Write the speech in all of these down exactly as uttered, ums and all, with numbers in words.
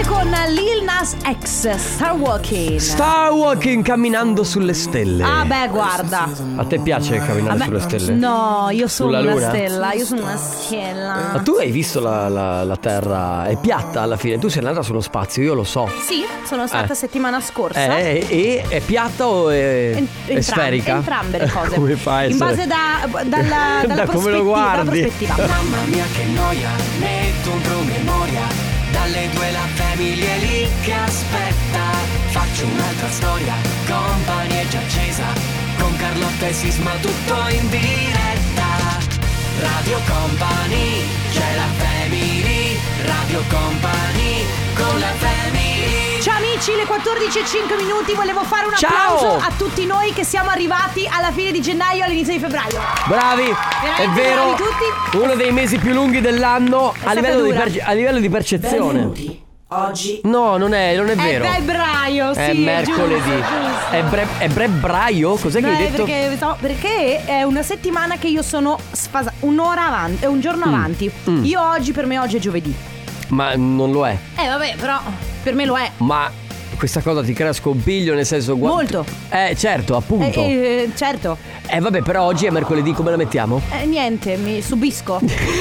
State con Lil Nas X, Star Walking. Star Walking, camminando sulle stelle. Ah beh, guarda. A te piace camminare Vabbè, sulle stelle? No, io sono Sulla una luna? stella, io sono una stella. Ma tu hai visto la, la, la Terra è piatta alla fine? Tu sei andata sullo spazio, io lo so. Sì, sono stata Eh. settimana scorsa. Eh, e è piatta o è, En- è entram- sferica? Entrambe le cose. Come fai a In essere- base da, dalla, dalla Da come prospettiva, lo dalla guardi. prospettiva. Mamma mia che noia, metto un promemoria. Dalle due la famiglia è lì che aspetta. Faccio un'altra storia, Company è già accesa. Con Carlotta e Sisma tutto in diretta. Radio Company, c'è la family. Radio Company, con la family. Ciao amici, le quattordici e cinque minuti. Volevo fare un Ciao! applauso a tutti noi che siamo arrivati alla fine di gennaio, all'inizio di febbraio. Bravi, è Veramente vero. bravi tutti. Uno dei mesi più lunghi dell'anno a stata livello, di dura. perce- a livello di percezione. Benvenuti. Oggi No, non è, non è vero. È febbraio, sì, È mercoledì. giusto, giusto. È, bre- è brebbraio? Cos'è No, che hai è detto? perché, no, perché è una settimana che io sono sfasata. Un'ora avanti, è un giorno avanti. mm. Io oggi, per me oggi è giovedì. Ma non lo è. Eh vabbè, però per me lo è. Ma questa cosa ti crea scompiglio, nel senso gua- Molto. Eh certo, appunto. Eh, Eh, eh, certo. vabbè, però oggi è mercoledì, come la mettiamo? Eh, niente, mi subisco.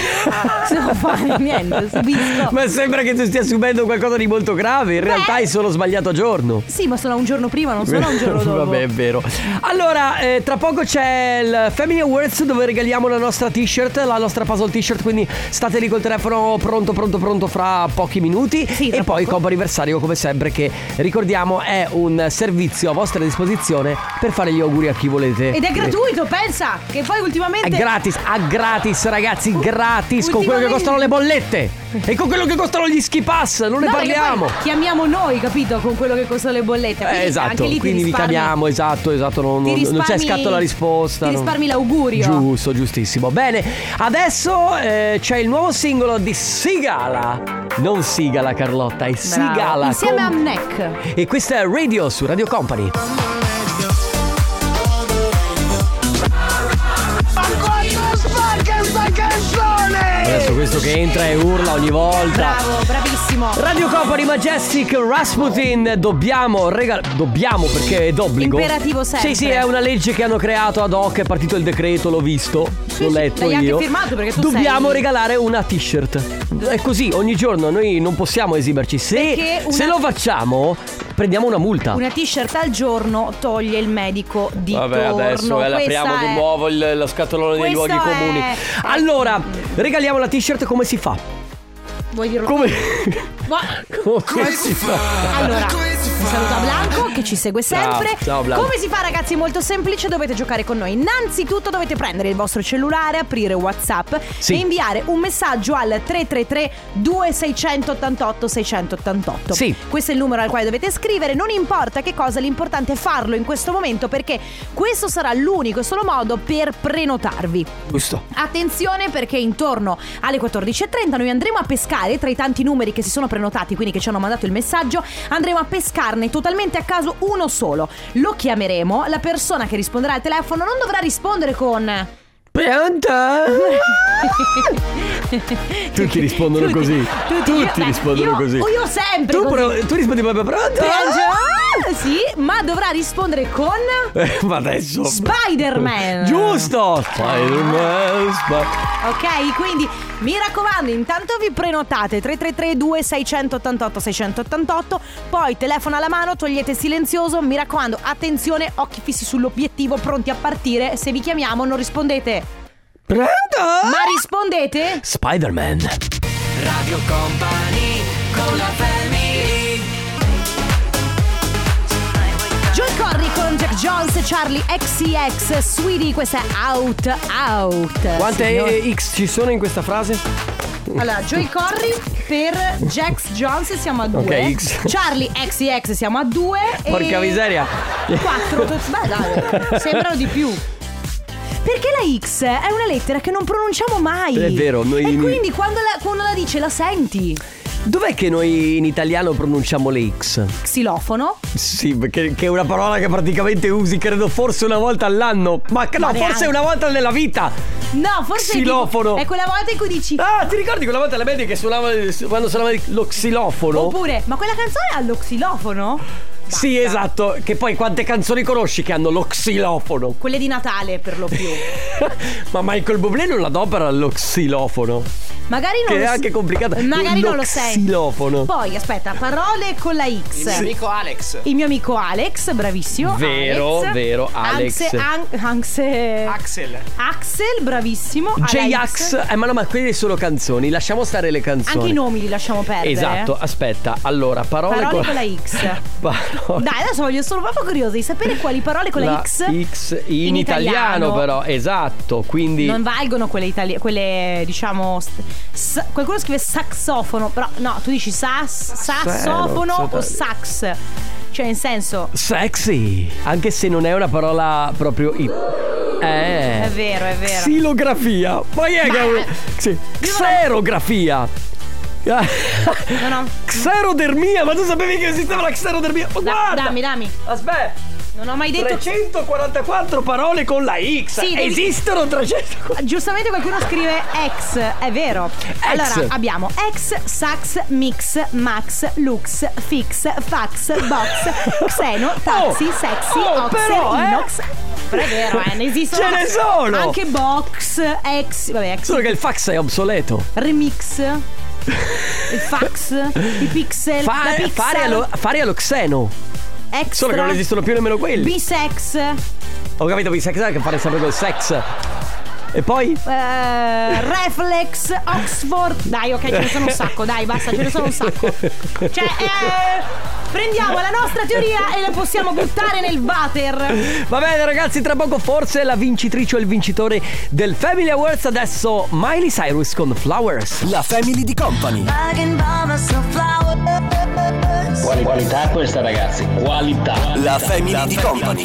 Se non fare niente, subisco. Ma sembra che tu stia subendo qualcosa di molto grave. In Beh. realtà hai solo sbagliato giorno. Sì, ma sono un giorno prima, non sono un giorno dopo. Vabbè, è vero. Allora, eh, tra poco c'è il Family Awards dove regaliamo la nostra t-shirt, la nostra puzzle t-shirt, quindi state lì col telefono pronto, pronto, pronto fra pochi minuti. Sì, tra e poi poco. compo anniversario, come sempre, che ricordiamo è un servizio a vostra disposizione per fare gli auguri a chi volete. Ed è gratuito, pensa. Che poi ultimamente È gratis, a gratis ragazzi, gratis, con quello che ultimamente- costano le bollette e con quello che costano gli ski pass, non ne No, perché parliamo. poi chiamiamo noi, capito, con quello che costano le bollette. Eh, Quindi esatto, anche lì ti quindi vi risparmi- chiamiamo, esatto, esatto, non, ti non- non c'è risparmi- scatto la risposta. Ti non- risparmi l'augurio. Giusto, giustissimo. Bene, adesso eh, c'è il nuovo singolo di Sigala. Non Sigala, Carlotta, è Bravo. Sigala. Insieme con- a Mnek. E questa è Radio su Radio Company. Adesso questo che entra e urla ogni volta. Bravo, bravissimo. Radio Company, Majestic, Rasputin. Dobbiamo regalare. Dobbiamo perché è d'obbligo. Imperativo sempre. Sì, sì, è una legge che hanno creato ad hoc. È partito il decreto, l'ho visto. Sì, l'ho sì, letto l'hai anche io. firmato perché tu Dobbiamo sei- regalare una t-shirt. È così, ogni giorno noi non possiamo esimerci. Se, Perché una- se lo facciamo, prendiamo una multa. Una t-shirt al giorno toglie il medico di Vabbè, torno. adesso eh, l'apriamo Questa di è- nuovo il- lo scatolone dei Questo luoghi è- comuni. è- Allora, regaliamo la t-shirt, come si fa? Vuoi dirlo? Come, Ma- come si fa? Allora, un saluto a Blanco che ci segue sempre. Ciao, ciao, Blanco. Come si fa, ragazzi? È molto semplice, dovete giocare con noi. Innanzitutto dovete prendere il vostro cellulare, aprire WhatsApp Sì. e inviare un messaggio al tre tre tre due sei otto otto sei otto otto. Sì. Questo è il numero al quale dovete scrivere, non importa che cosa, l'importante è farlo in questo momento perché questo sarà l'unico e solo modo per prenotarvi. Giusto. Attenzione perché intorno alle quattordici e trenta noi andremo a pescare tra i tanti numeri che si sono prenotati, quindi che ci hanno mandato il messaggio, andremo a pescarne totalmente a caso uno solo. Lo chiameremo, la persona che risponderà al telefono non dovrà rispondere con Pronto? Tutti rispondono Tutti- così. tutti, Tutti beh, rispondono io- così. Io sempre Tu, così. pro- tu rispondi proprio pronto? Ah, sì, ma dovrà rispondere con Eh, ma adesso Spider-Man. Giusto. Spider-Man, Sp- Ok, quindi mi raccomando, intanto vi prenotate tre tre tre due sei otto otto sei otto otto, poi telefono alla mano, togliete il silenzioso, mi raccomando, attenzione, occhi fissi sull'obiettivo, pronti a partire. Se vi chiamiamo non rispondete, Pronto? ma rispondete Spider-Man. Radio Company, con la family. Joel Corry con Jack Jones, Charlie X C X, Sweetie, questa è Out Out. Quante Signor- X ci sono in questa frase? Allora, Joel Corry per Jax Jones siamo a due. Ok, X. Charlie X C X siamo a due. Porca miseria. Quattro. Beh, dai, sembrano di più. Perché la X è una lettera che non pronunciamo mai. È vero, noi- E quindi quando la, quando la dice la senti. Dov'è che noi in italiano pronunciamo le X? Xilofono. Sì, perché che è una parola che praticamente usi credo forse una volta all'anno. Ma, che- no, Ma forse neanche. una volta nella vita. No, forse xilofono. È, tipo, è quella volta in cui dici Ah, ti ricordi quella volta alle medie che suonavano quando suonava lo xilofono? Oppure, ma quella canzone ha lo xilofono? Basta. Sì, esatto. Che poi quante canzoni conosci che hanno lo xilofono? Quelle di Natale per lo più. Ma Michael Bublé non adopera lo xilofono. Magari non che lo è anche complicata. Magari lo non lo sei. Xilofono. Poi aspetta, parole con la X. Il mio amico Alex. Il mio amico Alex, bravissimo. Vero, Alex. vero, Alex. Anxe, an, anxe, Axel. Axel, bravissimo. J-Ax. Eh, ma no, ma quelle sono canzoni. Lasciamo stare le canzoni. Anche i nomi li lasciamo perdere. Esatto, aspetta. Allora, parole, Parole con... con la X. Parole. Dai, adesso voglio sono proprio curiosa di sapere quali parole con la, la X X in, in italiano, italiano. però, esatto. Quindi non valgono quelle italiane, quelle diciamo st- s- qualcuno scrive saxofono, però no, tu dici sas, sassofono o sax. Cioè in senso sexy, anche se non è una parola proprio i- eh. È vero, è vero. Xilografia. Poi è Ma- che sì. Xerografia. No, no. Xerodermia, ma tu sapevi che esisteva la xerodermia? Ma Da- guarda. dammi, dammi. Aspetta. Non ho mai detto. trecentoquarantaquattro parole con la X. Sì, devi- Esistono trecentoquarantaquattro. Giustamente qualcuno scrive ex, è vero. Allora abbiamo ex, sax, mix, max, lux, fix, fax, box, xeno, taxi, Oh, sexy, oh, oxer, però, eh. inox. Però è vero, eh, ne esistono. Ce ne sono. Anche box, ex, vabbè, ex. Solo che il fax è obsoleto. Remix, il fax, i pixel, la Fare, pixel, fare, allo, fare allo xeno. extra, Solo che non esistono più nemmeno quelli. bisex, Ho capito, bisex è che fare sempre col sex. E poi? eh, reflex, Oxford. Dai, ok, ce ne sono un sacco, dai, basta, ce ne sono un sacco. Cioè, eh, prendiamo la nostra teoria e la possiamo buttare nel water. Va bene ragazzi, tra poco forse la vincitrice o il vincitore del Family Awards. Adesso Miley Cyrus con Flowers. La Family di Company. Quali qualità questa, ragazzi? Qualità. La Family di Company.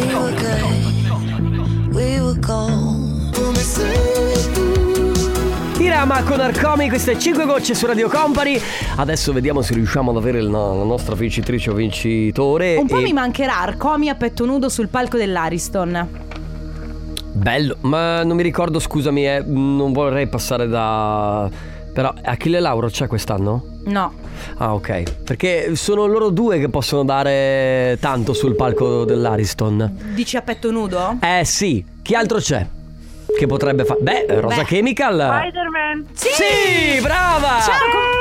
Irama con Arcomi, queste cinque gocce su Radio Company. Adesso vediamo se riusciamo ad avere la, la nostra vincitrice o vincitore. Un po' e... mi mancherà Arcomi a petto nudo sul palco dell'Ariston. Bello, ma non mi ricordo, scusami, eh, non vorrei passare da... Però Achille Lauro c'è quest'anno? No. Ah, ok. Perché sono loro due che possono dare tanto sul palco dell'Ariston. Dici a petto nudo? Eh sì, chi altro c'è? Che potrebbe fare? Beh, Rosa Beh. Chemical. Spider-Man. Sì! Sì, brava! Ciao!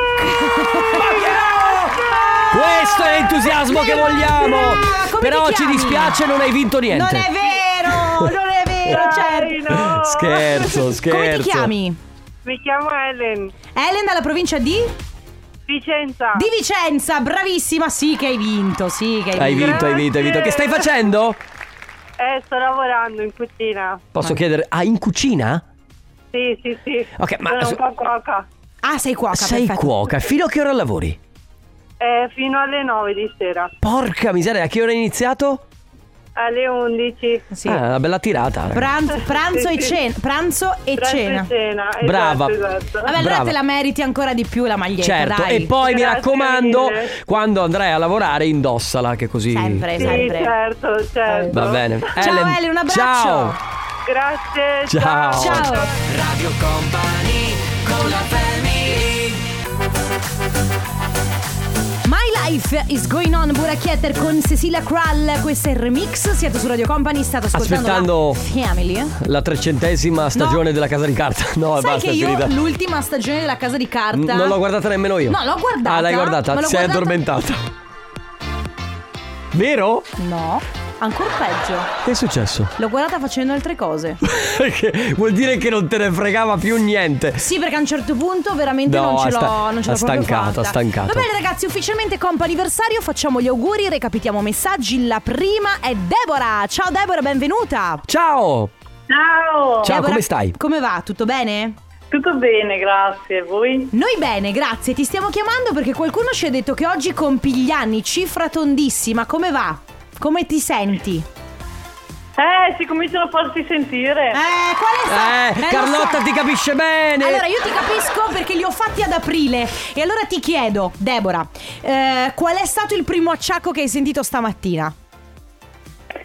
Ma che- Questo è l'entusiasmo che vogliamo. come Però ti ci chiami? dispiace, non hai vinto niente. Non è vero, non è vero, Dai, certo. no. Scherzo, scherzo. Come ti chiami? Mi chiamo Ellen. Ellen dalla provincia di? Vicenza. Di Vicenza, bravissima, sì che hai vinto, sì che hai, Hai vinto. vinto, hai vinto, hai vinto. Che stai facendo? Eh, sto lavorando in cucina. Posso chiedere? Ah, in cucina? Sì, sì, sì. Ok, ma- Sono un po' cuoca. Ah, sei cuoca, Sei perfetto. cuoca. Fino a che ora lavori? Eh, fino alle nove di sera. Porca miseria, a che ora hai iniziato? Alle undici. Sì. Ah, una bella tirata. ragazzi. Pranzo, pranzo Sì, e sì. cena, pranzo e Pranzo cena. e cena. Esatto, Brava. Esatto. Vabbè, allora Brava. te la meriti ancora di più la maglietta, Certo, dai. e poi mi Grazie raccomando, mille. quando andrai a lavorare indossala, che così. Sempre, Sì, sempre. certo, certo. Va bene. Ciao Ellen, un abbraccio. Ciao. Grazie. Ciao. Ciao. Radio Company con la family. My Life is Going On, Buracchetter con Cecilia Krull. Questo è il remix. Siete su Radio Company, state ascoltando Aspettando la Family. la trecentesima stagione della Casa di Carta. No, Sai basta, che è io finita. l'ultima stagione della Casa di Carta N- Non l'ho guardata nemmeno io. No, l'ho guardata. Ah, l'hai guardata? Ma l'ho Sei guardata- addormentata. Vero? No, ancora peggio. Che è successo? L'ho guardata facendo altre cose. Perché vuol dire che non te ne fregava più niente. Sì, perché a un certo punto veramente No, non ce ha l'ho, sta- non ce ha l'ho proprio stancato, fatta. ha stancato. Va bene ragazzi, ufficialmente comp'anniversario, facciamo gli auguri, recapitiamo messaggi. La prima è Deborah. Ciao Deborah, benvenuta. Ciao. Ciao. Ciao, Deborah, come stai? Come va? Tutto bene? Tutto bene, grazie. Voi? Noi bene, grazie. Ti stiamo chiamando perché qualcuno ci ha detto che oggi compi gli anni, cifra tondissima. Come va? Come ti senti? Eh, si cominciano a farsi sentire. Eh, quale sa? Eh, lo Carlotta so. ti capisce bene. Allora io ti capisco perché li ho fatti ad aprile. E allora ti chiedo, Deborah, eh, qual è stato il primo acciacco che hai sentito stamattina?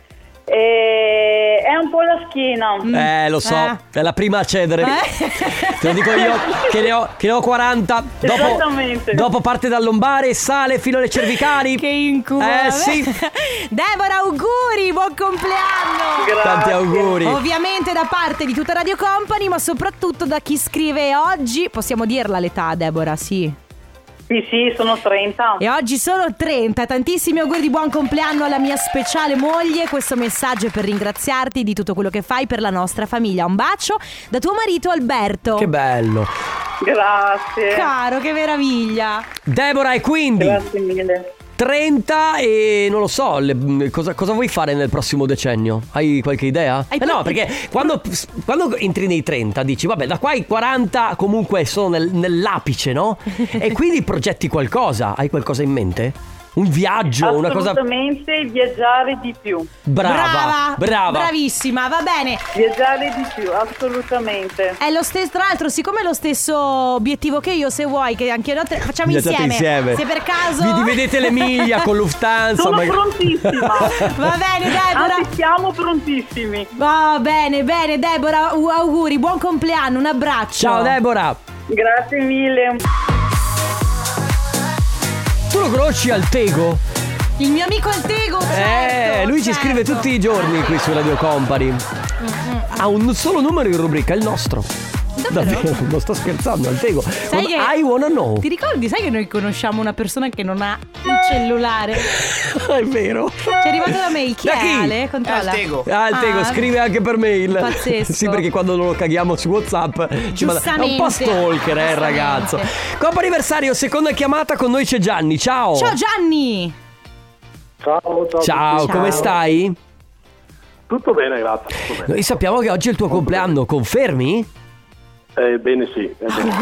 E è un po' la schiena. Eh, lo so, Eh. è la prima a cedere. Eh? Te lo dico io che ne ho, che ne ho quaranta. Dopo, Esattamente. dopo parte dal lombare e sale fino alle cervicali. Che incubo. Eh, sì. Deborah, auguri, buon compleanno. Grazie. Tanti auguri. Ovviamente da parte di tutta Radio Company, ma soprattutto da chi scrive oggi. Possiamo dirla l'età, Deborah, sì. Sì, sì, sono trenta. E oggi sono trenta. Tantissimi auguri di buon compleanno alla mia speciale moglie. Questo messaggio è per ringraziarti di tutto quello che fai per la nostra famiglia. Un bacio da tuo marito Alberto. Che bello. Grazie. Caro, che meraviglia. Deborah, e quindi Grazie mille. trenta e non lo so, le- cosa, cosa vuoi fare nel prossimo decennio? Hai qualche idea? Hai Eh no, qualche- perché quando, quando entri nei trenta dici, vabbè, da qua ai quaranta comunque sono nel- nell'apice, no? E quindi progetti qualcosa. Hai qualcosa in mente? Un viaggio, una cosa... Assolutamente viaggiare di più. Brava, brava. Bravissima, va bene. Viaggiare di più, assolutamente. È lo stesso, tra l'altro, siccome è lo stesso obiettivo che io, se vuoi che anche noi tre- facciamo Viaggiate insieme. insieme. Se per caso Vi dividete le miglia con Lufthansa. Sono magari- prontissima. Va bene, Deborah. Anzi, siamo prontissimi. Va bene, bene, Deborah, uh, auguri, buon compleanno, un abbraccio. Ciao Deborah. Grazie mille. Tu lo conosci Altego? Il mio amico Altego, Eh, certo, lui ci certo. scrive tutti i giorni qui su Radio Company. Ha un solo numero in rubrica, il nostro. Davvero, non sto scherzando, Altego. Sai che- I wanna know. Ti ricordi, sai che noi conosciamo una persona che non ha il cellulare? È vero. Ci è arrivata una mail, chi Da è chi? Ale? Controlla. Ah, Altego, Ah, scrive anche per mail. Pazzesco. Sì, perché quando non lo caghiamo su WhatsApp ci manda- è un po' Giustamente. stalker, eh, il ragazzo. Giustamente. Compo anniversario, seconda chiamata, con noi c'è Gianni. Ciao. Ciao Gianni. Ciao, ciao. Ciao, Ciao. come stai? Tutto bene, grazie. Tutto bene. Noi sappiamo che oggi è il tuo compleanno, confermi? Eh, bene, sì. eh, bene.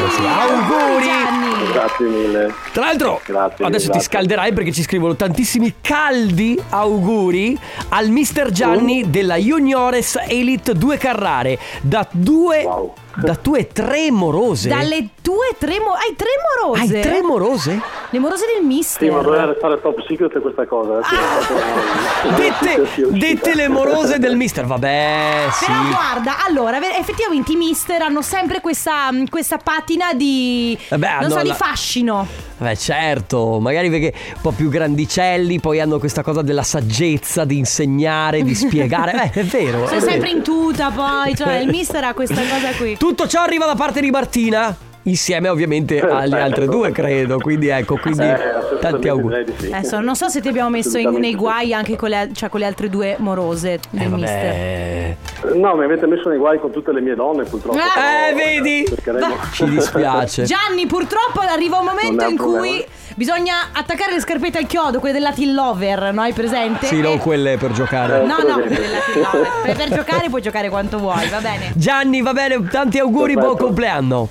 Auguri! Gianni. Grazie mille. Tra l'altro, Grazie, adesso ti grazie. scalderai perché ci scrivono tantissimi caldi auguri al mister Gianni Mm. della Juniores Elite due Carrare. Da due, Wow. da tue tre morose. Dalle tue tre mo- Hai tre morose? Hai tre morose? Le morose del mister. Sì, ma doveva restare top secret questa cosa. eh, sì, è stato una- Dette, Sì, è uscita. dette le morose del mister. Vabbè, sì. Però guarda, allora, ve- effettivamente i mister hanno sempre questa, questa patina di, Vabbè, non hanno so, di la- fascino. Beh, certo, magari perché un po' più grandicelli, poi hanno questa cosa della saggezza di insegnare, di spiegare. Beh, è vero. Sono è sempre vero. in tuta poi, cioè il mister ha questa cosa qui. Tutto ciò arriva da parte di Martina, insieme ovviamente alle altre due, credo. Quindi ecco, quindi Eh, tanti assolutamente auguri. direi di sì. Adesso non so se ti abbiamo messo in, nei guai anche con le, cioè con le altre due morose del Eh, mister. vabbè. No, mi avete messo nei guai con tutte le mie donne, purtroppo. Eh, però, vedi? cercheremo. Ci dispiace. Gianni, purtroppo arriva un momento Non è un in cui problema. bisogna attaccare le scarpette al chiodo, quelle del Latin Lover, no? Hai presente? Sì, non E- quelle per giocare. No, no, quelle del Latin Lover. Per, per giocare puoi giocare quanto vuoi, va bene. Gianni, va bene, tanti auguri, Perfetto. buon compleanno.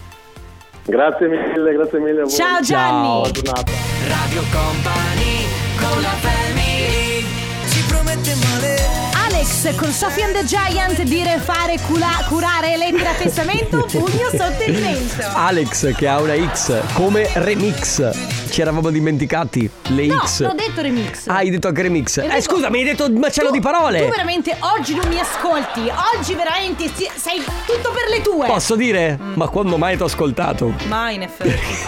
Grazie mille, grazie mille a voi. Ciao Gianni. Ciao. Buona giornata. Radio Company con la family. Ci promette male. Alex con Sophie and the Giant, dire fare cula- curare lettera a testamento, pugno sotto il mento. Alex che ha una X come remix. Ci eravamo dimenticati le No, X. non ho detto remix. Ah, hai detto anche remix. Hai Eh, detto- scusa, mi hai detto un macello Tu- di parole. Tu veramente oggi non mi ascolti. Oggi veramente si- sei tutto per le tue. Posso dire? Mm. Ma quando mai ti ho ascoltato? Mai in effetti.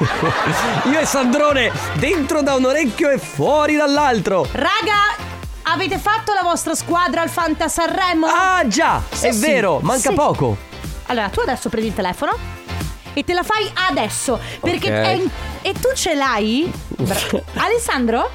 Io e Sandrone, dentro da un orecchio e fuori dall'altro. Raga, avete fatto la vostra squadra al Fanta Sanremo? Ah già, Sì, è sì, vero, manca sì. poco. Allora, tu adesso prendi il telefono e te la fai adesso. Perché Ok. è in- E tu ce l'hai? Bra- Alessandro?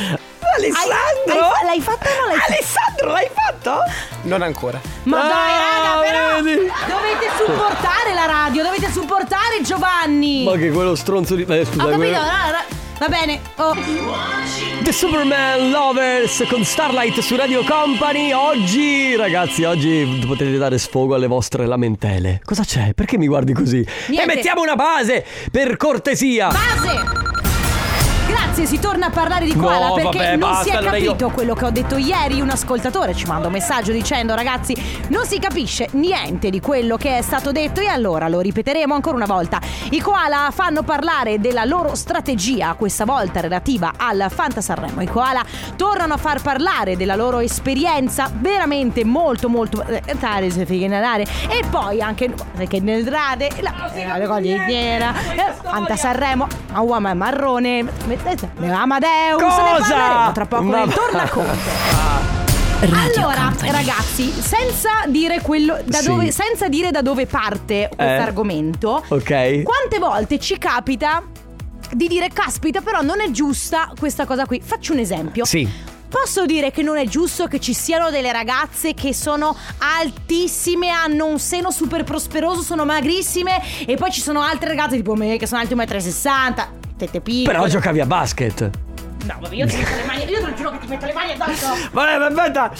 Alessandro? Hai- hai- l'hai fatta o non l'hai fatta? Alessandro, l'hai fatto? Non ancora. Ma Ah, dai raga, però vedi? dovete supportare la radio, dovete supportare Giovanni. Ma che quello stronzo di... Eh, scusa, Ho capito, quello- no, no, va bene. Oh. The Superman Lovers con Starlight su Radio Company. Oggi, ragazzi, oggi potete dare sfogo alle vostre lamentele. Cosa c'è? Perché mi guardi così? Niente. E mettiamo una base, per cortesia. Base. Grazie. ragazzi, si torna a parlare di koala No, perché vabbè, non basta, si è allora io- capito quello che ho detto ieri. Un ascoltatore ci manda un messaggio dicendo: ragazzi, non si capisce niente di quello che è stato detto. E allora lo ripeteremo ancora una volta. I koala fanno parlare della loro strategia, questa volta relativa al Fanta Sanremo. I koala tornano a far parlare della loro esperienza veramente molto molto eh, tale, se fighe nell'aria. E poi anche che nel rade la, la cogliera eh, Fanta Sanremo a uomo marrone Amadeus. Cosa? Ne parleremo tra poco Ma- nel tornaconte. Allora, ragazzi, senza dire quello da Sì. dove, senza dire da dove parte questo Eh. argomento, Ok. quante volte ci capita di dire caspita, però non è giusta questa cosa qui. Faccio un esempio. Sì. Posso dire che non è giusto che ci siano delle ragazze che sono altissime, hanno un seno super prosperoso, sono magrissime, e poi ci sono altre ragazze tipo me che sono alte uno e sessanta m, tette piccole. Però giocavi a basket. No, vabbè, io ti metto le mani, io te lo giuro che ti metto le mani addosso. Vabbè, aspetta.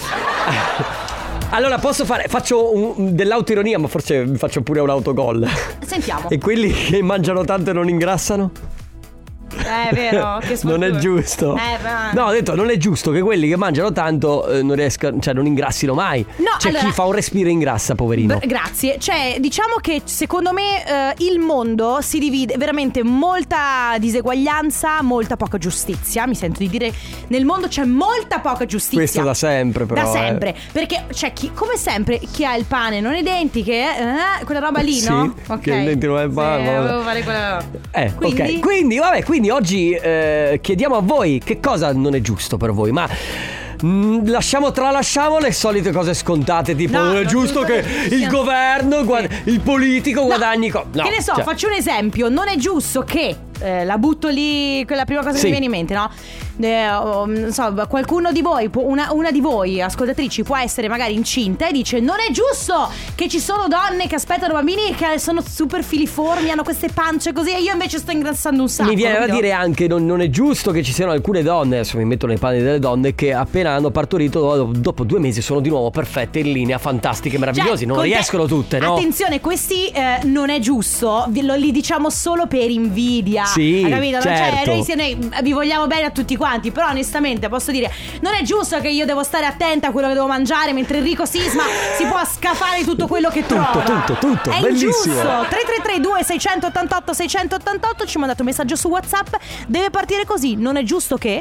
Allora posso fare, faccio un, dell'autoironia, ma forse mi faccio pure un autogol. Sentiamo. E quelli che mangiano tanto e non ingrassano? Eh, è vero, che Non è sfortuna. giusto. Eh, ma- No, ho detto, non è giusto che quelli che mangiano tanto eh, non riescano, cioè non ingrassino mai. No, C'è allora- chi fa un respiro e ingrassa, poverino. Br- grazie. Cioè, diciamo che secondo me eh, il mondo si divide veramente molta diseguaglianza, molta poca giustizia. Mi sento di dire, nel mondo c'è molta poca giustizia. Questo da sempre, però. Da eh. sempre. Perché c'è chi, come sempre, chi ha il pane non i denti, che eh, quella roba lì, Sì, no? che i denti non è il pane, Sì, vabbè. volevo fare quella. Eh, Quindi? ok. Quindi, vabbè, quindi oggi eh, chiediamo a voi che cosa non è giusto per voi, ma mm, lasciamo tralasciamo le solite cose scontate, tipo No, non è non giusto giusto che che ci il sia- governo, guad- il politico No, guadagni co- no, che ne so, cioè- faccio un esempio. Non è giusto che eh, la butto lì, quella prima cosa che Sì. mi viene in mente, no? Eh, oh, non so, qualcuno di voi, può- una, una di voi ascoltatrici può essere magari incinta e dice: non è giusto che ci sono donne che aspettano bambini che sono super filiformi, hanno queste pance così, e io invece sto ingrassando un sacco. Mi viene da capito? dire anche non, non è giusto che ci siano alcune donne, adesso mi metto nei panni delle donne, che appena hanno partorito dopo, dopo due mesi sono di nuovo perfette, in linea, fantastiche, meravigliose. Cioè, non con te- riescono tutte, no? Attenzione, questi eh, non è giusto, vi- lo, li diciamo solo per invidia. Sì, Hai capito? Non- certo. Cioè, noi, se noi vi vogliamo bene a tutti quanti, però onestamente posso dire, non è giusto che io devo stare attenta a quello che devo mangiare mentre Enrico Sisma si può scafare tutto quello che trova. tutto, tutto, È bellissimo. ingiusto. tre tre tre due sei otto otto sei otto otto, ci mandate un messaggio su WhatsApp. Deve partire così, non è giusto che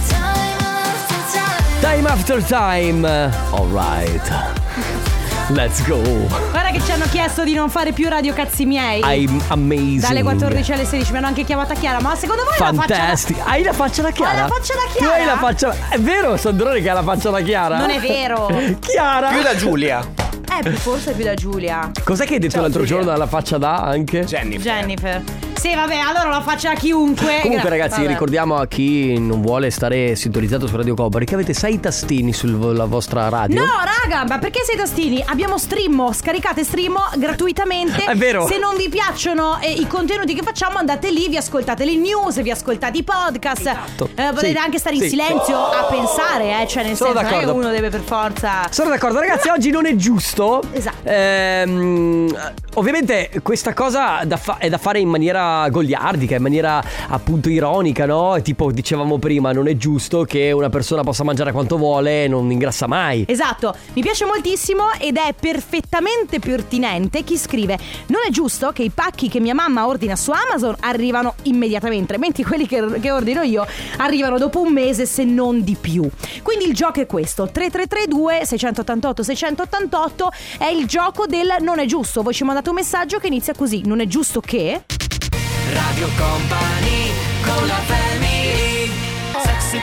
Time after time. All right. Let's go. Guarda che ci hanno chiesto di non fare più radio cazzi miei. I'm amazing. Dalle quattordici alle sedici mi hanno anche chiamata Chiara. Ma secondo voi la faccia Fantastico. Hai la faccia da Chiara? Ho la faccia da Tu Chiara? hai la faccia. È vero, Sandrone, che ha la faccia da Chiara? Non è vero. Chiara. Più da Giulia. Eh, forse più da Giulia. Cos'è che hai detto Ciao, l'altro Giulia. giorno alla faccia da anche? Jennifer. Jennifer. Sì, vabbè, allora la faccia a chiunque. Comunque Gra- ragazzi, vabbè. ricordiamo a chi non vuole stare sintonizzato su Radio Company che avete sei tastini sulla vostra radio. No, raga, ma perché sei tastini? Abbiamo Streammo, scaricate Streammo gratuitamente. È vero. Se non vi piacciono eh, i contenuti che facciamo, andate lì, vi ascoltate le news, vi ascoltate i podcast. Esatto. Eh, potete Sì, anche stare in sì. silenzio a pensare, eh, cioè nel Sono senso non è che d'accordo. uno deve per forza. Sono d'accordo ragazzi, oggi non è giusto. Esatto. Ehm, ovviamente questa cosa da fa- è da fare in maniera goliardica, in maniera appunto ironica, no? Tipo dicevamo prima, non è giusto che una persona possa mangiare quanto vuole e non ingrassa mai. Esatto, mi piace moltissimo ed è perfettamente pertinente chi scrive: non è giusto che i pacchi che mia mamma ordina su Amazon arrivano immediatamente, mentre quelli che, che ordino io arrivano dopo un mese, se non di più. Quindi il gioco è questo: tre tre tre due sei otto otto sei otto otto è il gioco del non è giusto. Voi ci mandate un messaggio che inizia così: non è giusto che... Radio Company con la family. Sexy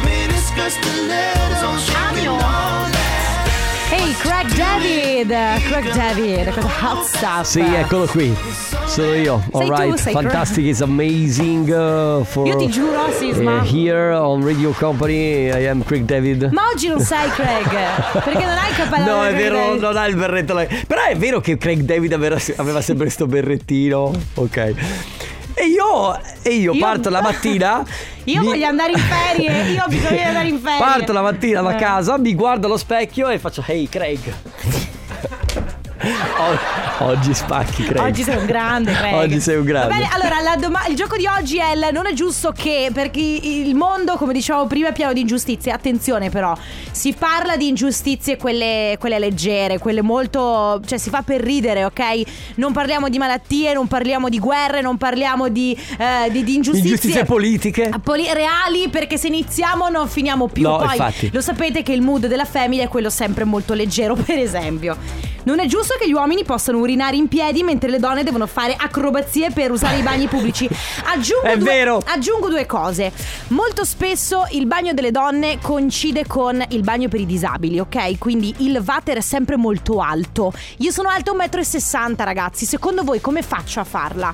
Hey, Craig David, Craig David, con Hot Stuff. Sì, eccolo qui. Sono io. Sei tu, Alright, sei fantastic is amazing uh, for Io ti giuro, Sisma. uh, here on Radio Company I am Craig David. Ma oggi non sei Craig, perché non hai il cappello. No, è Craig vero, David. non ha il berretto. là. Però è vero che Craig David aveva, aveva sempre sto berrettino. Ok. E io, e io, Io- parto la mattina. Io mi- voglio andare in ferie, io ho bisogno di andare in ferie. Parto la mattina da Eh. casa, mi guardo allo specchio e faccio: hey Craig. O- oggi spacchi, credo. Oggi sei un grande, Craig. Oggi sei un grande. Va bene, allora la doma- il gioco di oggi è il non è giusto che, perché il mondo, come dicevamo prima, è pieno di ingiustizie. Attenzione però, si parla di ingiustizie quelle, quelle leggere, quelle molto, cioè si fa per ridere, ok? Non parliamo di malattie, non parliamo di guerre, non parliamo di, eh, di, di ingiustizie, Ingiustizie politiche poli- reali, perché se iniziamo non finiamo più. No, Poi infatti. lo sapete che il mood della Family è quello sempre molto leggero. Per esempio, non è giusto che gli uomini possano urinare in piedi mentre le donne devono fare acrobazie per usare i bagni pubblici. Aggiungo È due, vero. aggiungo due cose. Molto spesso il bagno delle donne coincide con il bagno per i disabili, ok? Quindi il water è sempre molto alto. Io sono alta un metro e sessanta, ragazzi. Secondo voi come faccio a farla?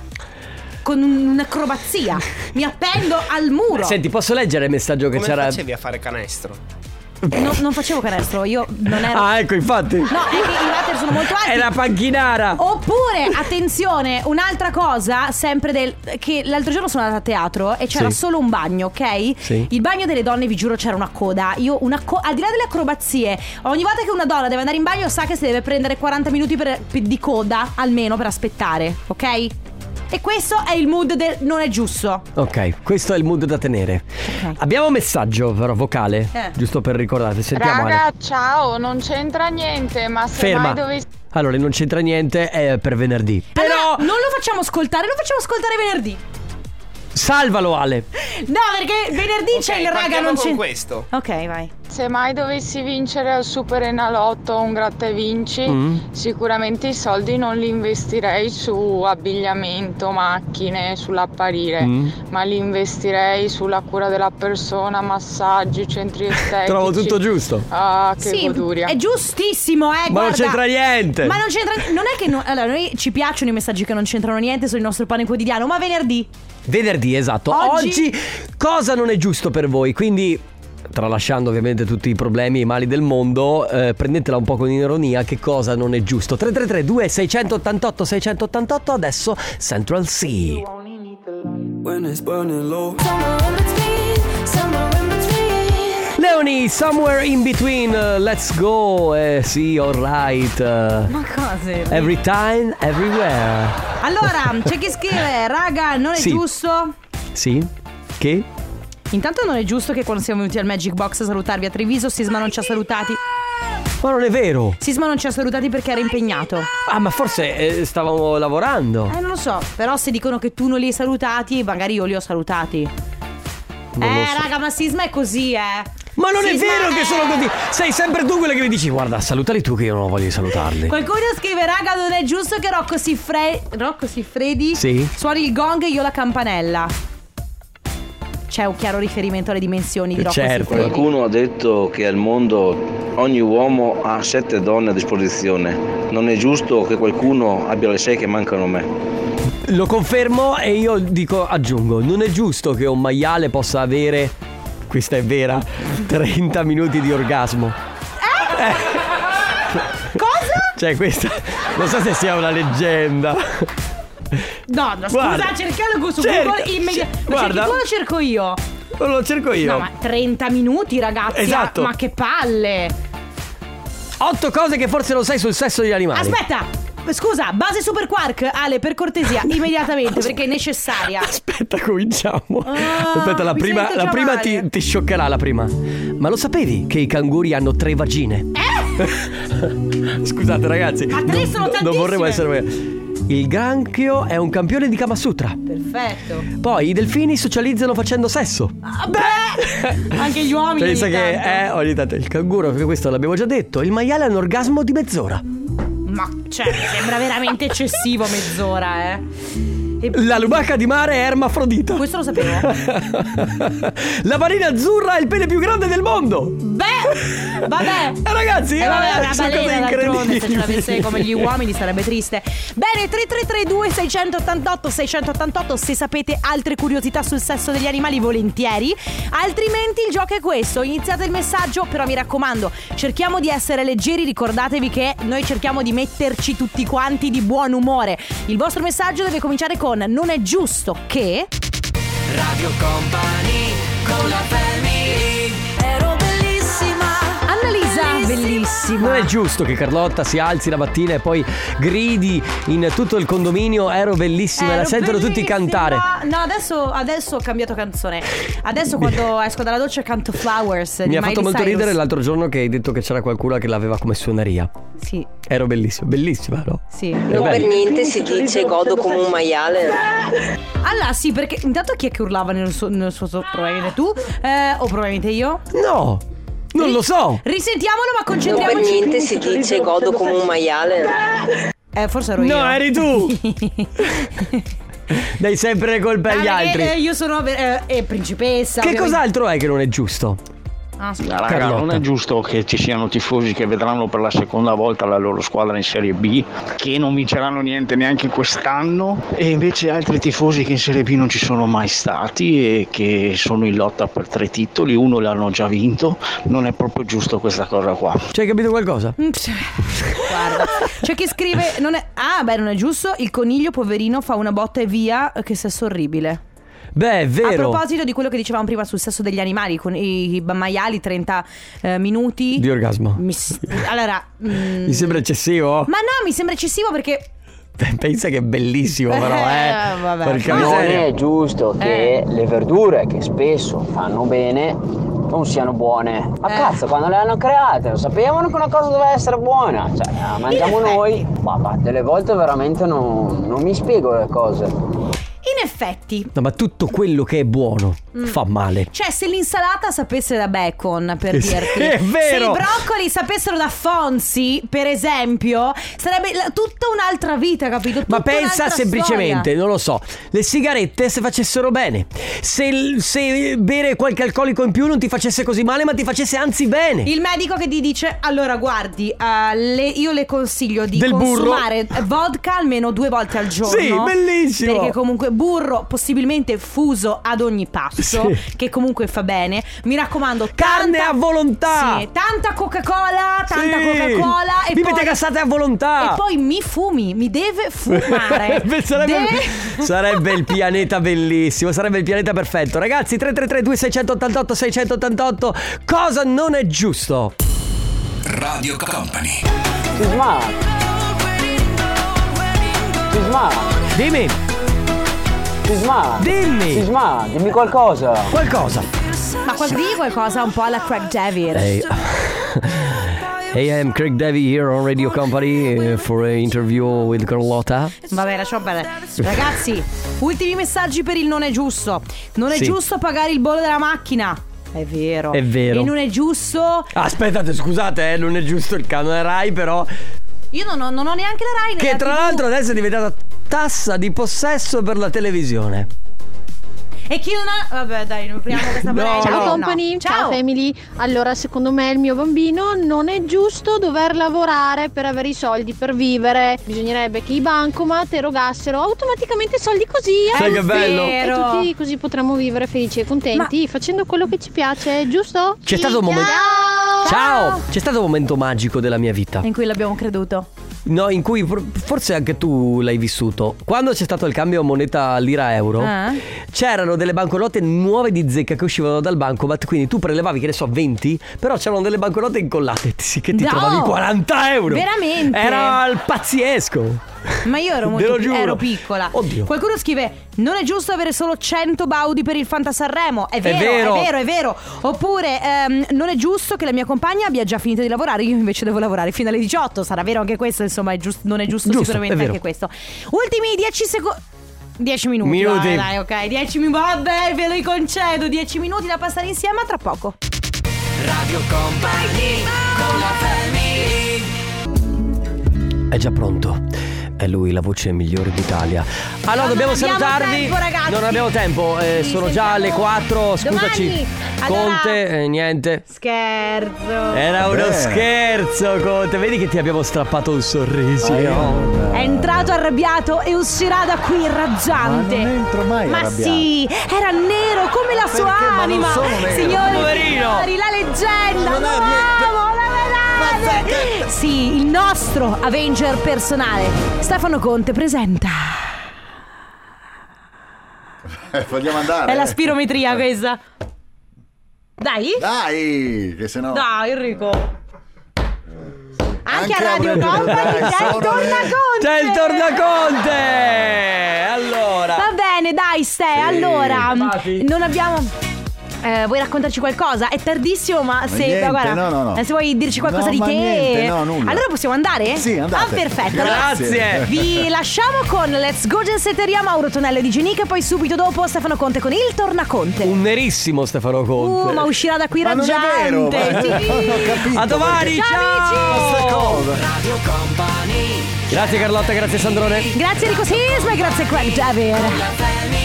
Con un'acrobazia. Mi appendo al muro. Senti, posso leggere il messaggio che Come c'era? facevi a fare canestro? No, non facevo canestro, io non ero. Ah, ecco, infatti. No, è che i water sono molto alti. È la panchinara. Oppure, attenzione, un'altra cosa, sempre del che l'altro giorno sono andata a teatro e c'era Sì. solo un bagno, ok? Sì. Il bagno delle donne, vi giuro, c'era una coda. Io una co- al di là delle acrobazie, ogni volta che una donna deve andare in bagno sa che si deve prendere quaranta minuti per, per- di coda almeno per aspettare, ok? E questo è il mood del non è giusto. Ok, questo è il mood da tenere. Ok. Abbiamo un messaggio però vocale, Eh. giusto per ricordare. Sentiamo. Raga, Ale. ciao, non c'entra niente, ma se Ferma. mai dovessi... Allora, non c'entra niente, è per venerdì. Però Allora, non lo facciamo ascoltare, lo facciamo ascoltare venerdì. salvalo, Ale. No, perché venerdì c'è il raga, partiamo non con c'è. questo. Ok, vai. Se mai dovessi vincere al Super Enalotto o un gratta e vinci, Mm. sicuramente i soldi non li investirei su abbigliamento, macchine, sull'apparire, Mm. ma li investirei sulla cura della persona, massaggi, centri estetici. Trovo tutto giusto. Ah, che Sì, goduria. è giustissimo, eh. Ma non guarda. c'entra niente. Ma non c'entra. Non è che no- allora, noi ci piacciono i messaggi che non c'entrano niente sul nostro pane quotidiano, ma venerdì. Venerdì, esatto. Oggi- Oggi cosa non è giusto per voi? Quindi, tralasciando ovviamente tutti i problemi e i mali del mondo, eh, prendetela un po' con ironia. Che cosa non è giusto? tre tre tre due sei otto otto sei otto otto. Adesso Central C. Leonie, Somewhere in Between. uh, Let's go. Eh, sì, alright. uh, Ma cose. Every time, everywhere. Allora, c'è chi scrive, raga, non è Sì. giusto. Sì? Che? Intanto non è giusto che quando siamo venuti al Magic Box a salutarvi a Treviso, Sisma non ci ha salutati. Ma non è vero. Sisma non ci ha salutati perché era impegnato. Ah, ma forse eh, stavamo lavorando. Eh, non lo so. Però se dicono che tu non li hai salutati, magari io li ho salutati. Non lo eh, so. raga, ma Sisma è così, eh. Ma non è Sisma vero che è- sono così. Sei sempre tu quella che mi dici: guarda, salutali tu che io non ho voglia di salutarli. Qualcuno scrive, raga, non è giusto che Rocco Siffre- Rocco Siffredi Sì. suoni il gong e io la campanella. C'è un chiaro riferimento alle dimensioni di Rocco Certo. Siffredi. Qualcuno ha detto che al mondo ogni uomo ha sette donne a disposizione. Non è giusto che qualcuno abbia le sei che mancano a me. Lo confermo e io dico, aggiungo, non è giusto che un maiale possa avere, questa è vera, trenta minuti di orgasmo. Cosa? Cioè questa, non so se sia una leggenda. No, no, Guarda. scusa, cercalo su Cerca. Google immediatamente. Lo Guarda. cerchi tu o lo cerco io? Non lo cerco io. No, ma trenta minuti, ragazzi. Esatto. ah, Ma che palle. Otto cose che forse non sai sul sesso degli animali. Aspetta. Scusa, base Super Quark, Ale, per cortesia, immediatamente, perché è necessaria. Aspetta, cominciamo. Ah, Aspetta, la mi prima, sento la già prima male. ti, ti scioccherà la prima. Ma lo sapevi che i canguri hanno tre vagine? Eh? Scusate ragazzi, Ma tre non, sono non tantissime. vorremmo essere. Il granchio è un campione di Kama Sutra. Perfetto. Poi i delfini socializzano facendo sesso. Ah, beh, anche gli uomini. Pensa ogni che tanto. eh, ogni tanto il canguro, perché questo l'abbiamo già detto. Il maiale ha un orgasmo di mezz'ora. Ma cioè, mi sembra veramente eccessivo mezz'ora, eh. E- La lumaca di mare è ermafrodita. Questo lo sapevo. La balena azzurra è il pene più grande del mondo. Beh, vabbè. Eh, ragazzi, Eh, vabbè, eh, una sono cose balena d'altronde, se ce incredibili. l'avesse come gli uomini sarebbe triste. Bene, tre tre tre due sei otto otto sei otto otto. Se sapete altre curiosità sul sesso degli animali, volentieri. Altrimenti il gioco è questo: iniziate il messaggio, però mi raccomando, cerchiamo di essere leggeri. Ricordatevi che noi cerchiamo di metterci tutti quanti di buon umore. Il vostro messaggio deve cominciare con non è giusto che. Radio Company con la family. Ero bellissima. Annalisa, bellissima. bellissima. Non è giusto che Carlotta si alzi la mattina e poi gridi in tutto il condominio ero bellissima, Ero la sentono tutti bellissima. cantare. No, adesso, adesso ho cambiato canzone. Adesso quando esco dalla doccia canto Flowers. Mi di ha fatto Miley molto Cyrus. ridere l'altro giorno che hai detto che c'era qualcuno che l'aveva come suoneria. Sì, Ero bellissima, bellissima, no? sì. Non Per niente si dice godo come un maiale. Allora sì, perché intanto chi è che urlava nel suo, nel suo so- probabilmente tu eh, o probabilmente io? No, non lo so. Risentiamolo, ma Per concentriamoci. niente si dice godo come un maiale. Eh, forse ero io. No, eri tu. Dai sempre le colpe agli Ah, perché, altri. eh, io sono eh, eh, principessa. Che ovviamente. cos'altro è che non è giusto? Ah, sì. Raga, Carlotta. non è giusto che ci siano tifosi che vedranno per la seconda volta la loro squadra in Serie B, che non vinceranno niente neanche quest'anno, e invece altri tifosi che in Serie B non ci sono mai stati e che sono in lotta per tre titoli, uno l'hanno già vinto. Non è proprio giusto questa cosa qua. Ci hai capito qualcosa? Mm, pff, Guarda, c'è chi scrive non è... Ah, beh, non è giusto. Il coniglio poverino fa una botta e via. Che sesso orribile. Beh, è A vero. proposito di quello che dicevamo prima sul sesso degli animali, con i, i maiali trenta eh, minuti Di orgasmo. mi s- Allora mm, Mi sembra eccessivo. ma no, mi sembra eccessivo perché Pensa che è bellissimo però, eh. Eh, vabbè. Porca Non Non miseria. è giusto che le verdure, che spesso fanno bene, non siano buone. Ma Eh. cazzo, quando le hanno create lo sapevano che una cosa doveva essere buona. Cioè, la mangiamo In effetti. noi. Ma, ma delle volte veramente non, non mi spiego le cose. in effetti, No, ma tutto quello che è buono Mm. fa male. cioè se l'insalata sapesse da bacon, per Eh sì, dirti, è vero. se i broccoli sapessero da Fonzi, per esempio, sarebbe la- tutta un'altra vita, capito? Ma Tutta pensa un'altra semplicemente, storia. non lo so, le sigarette se facessero bene, se, se bere qualche alcolico in più non ti facesse così male, ma ti facesse anzi bene. Il medico che ti dice: allora guardi, eh, le- io le consiglio di Del burro. consumare vodka almeno due volte al giorno. Sì, bellissimo. Perché comunque burro possibilmente fuso ad ogni passo, Sì. che comunque fa bene. Mi raccomando, Carne tanta, a volontà. Sì, tanta Coca-Cola, tanta Sì. Coca-Cola e Bibite poi gassate a volontà. E poi mi fumi, mi deve fumare. Beh, sarebbe, Deve- sarebbe il pianeta bellissimo, sarebbe il pianeta perfetto. Ragazzi, tre tre tre due sei otto otto sei otto otto, cosa non è giusto? Radio Company. Sisma. Sisma. Dimmi, Sisma. dimmi Sisma, dimmi qualcosa. qualcosa. Ma quando digli qualcosa un po' alla Craig David. Hey. Hey, I'm Craig Davy here on Radio Company uh, for an interview with Carlotta. Vabbè, lasciamo perdere. Ragazzi, ultimi messaggi per il non è giusto. Non è Sì. giusto pagare il bollo della macchina. È vero. È vero. E non è giusto. Aspettate, scusate, eh, non è giusto il canone Rai, però. Io non ho, non ho neanche la Rai Che nella tra tivù. l'altro adesso è diventata tassa di possesso per la televisione. E chi non ha. Vabbè, dai, non apriamo questa No, parentesi. no. Ciao company, Ciao. ciao family. Allora, secondo me il mio bambino non è giusto dover lavorare per avere i soldi per vivere. Bisognerebbe che i bancomat erogassero automaticamente soldi così. a Sai che tutti. bello? E tutti così potremmo vivere felici e contenti facendo quello che ci piace, giusto? C'è stato un momento. Ciao! Ciao! C'è stato un momento magico della mia vita. In cui l'abbiamo creduto. No, in cui for- forse anche tu l'hai vissuto. Quando c'è stato il cambio moneta lira-euro, Eh? c'erano delle banconote nuove di zecca che uscivano dal bancomat. Quindi tu prelevavi, che ne so, venti, però c'erano delle banconote incollate, sì, che ti No! trovavi quaranta euro. Veramente? Era il pazzesco. Ma io ero Te molto lo pi- giuro. ero piccola. Oddio. Qualcuno scrive: non è giusto avere solo cento baudi per il Fanta Sanremo. È vero, è vero. vero, è vero. Oppure ehm, non è giusto che la mia compagna abbia già finito di lavorare. Io invece devo lavorare fino alle diciotto. Sarà vero anche questo, insomma, è giusto, non è giusto, Giusto, sicuramente è vero. anche questo. Ultimi dieci secondi. dieci minuti. Minuti. Dai, dai, ok. dieci minuti. Vabbè, ve lo concedo. dieci minuti da passare insieme, a tra poco. Radio Company con la family. È già pronto. È lui, la voce migliore d'Italia. Allora, No, dobbiamo non abbiamo salutarvi. tempo, ragazzi. Non abbiamo tempo. eh, Ci sono già sentiamo le quattro. Scusaci. domani. Allora- Conte, eh, niente. Scherzo. Era uno Beh. scherzo, Conte. Vedi che ti abbiamo strappato un sorriso. È entrato arrabbiato e uscirà da qui raggiante. Ma non entro mai Ma arrabbiato. sì, era nero come la sua Perché? Ma non anima. sono nero. Signori, Poverino. signori, la leggenda, Ma non è l'uomo, la vedate. perché? Sì, il nostro Avenger personale, Stefano Conte, presenta. Eh, vogliamo andare? È la spirometria questa. Dai. Dai, che se no. Dai, Enrico. anche, a Radio Company c'è il Tornaconte. C'è il Tornaconte. Allora. Va bene, dai, Ste, Sì, allora infatti. non abbiamo... Eh, vuoi raccontarci qualcosa? È tardissimo, ma se, niente, guarda, no, no, no. eh, se vuoi dirci qualcosa No, di ma te. niente, no, nulla. Allora possiamo andare? Sì, andate. Ah, perfetto. Grazie. Allora, vi lasciamo con Let's Go Gensetteria, Mauro Tonello di Genica e poi subito dopo Stefano Conte con il Tornaconte. Un nerissimo Stefano Conte. Uh, ma uscirà da qui Ma non è vero, raggiante. ma- Sì. non ho capito. A domani, Ciao, ciao. amici. Cosa? Radio Company. Grazie Carlotta, grazie Sandrone. Grazie Enrico Sisma e grazie Craig David. La family.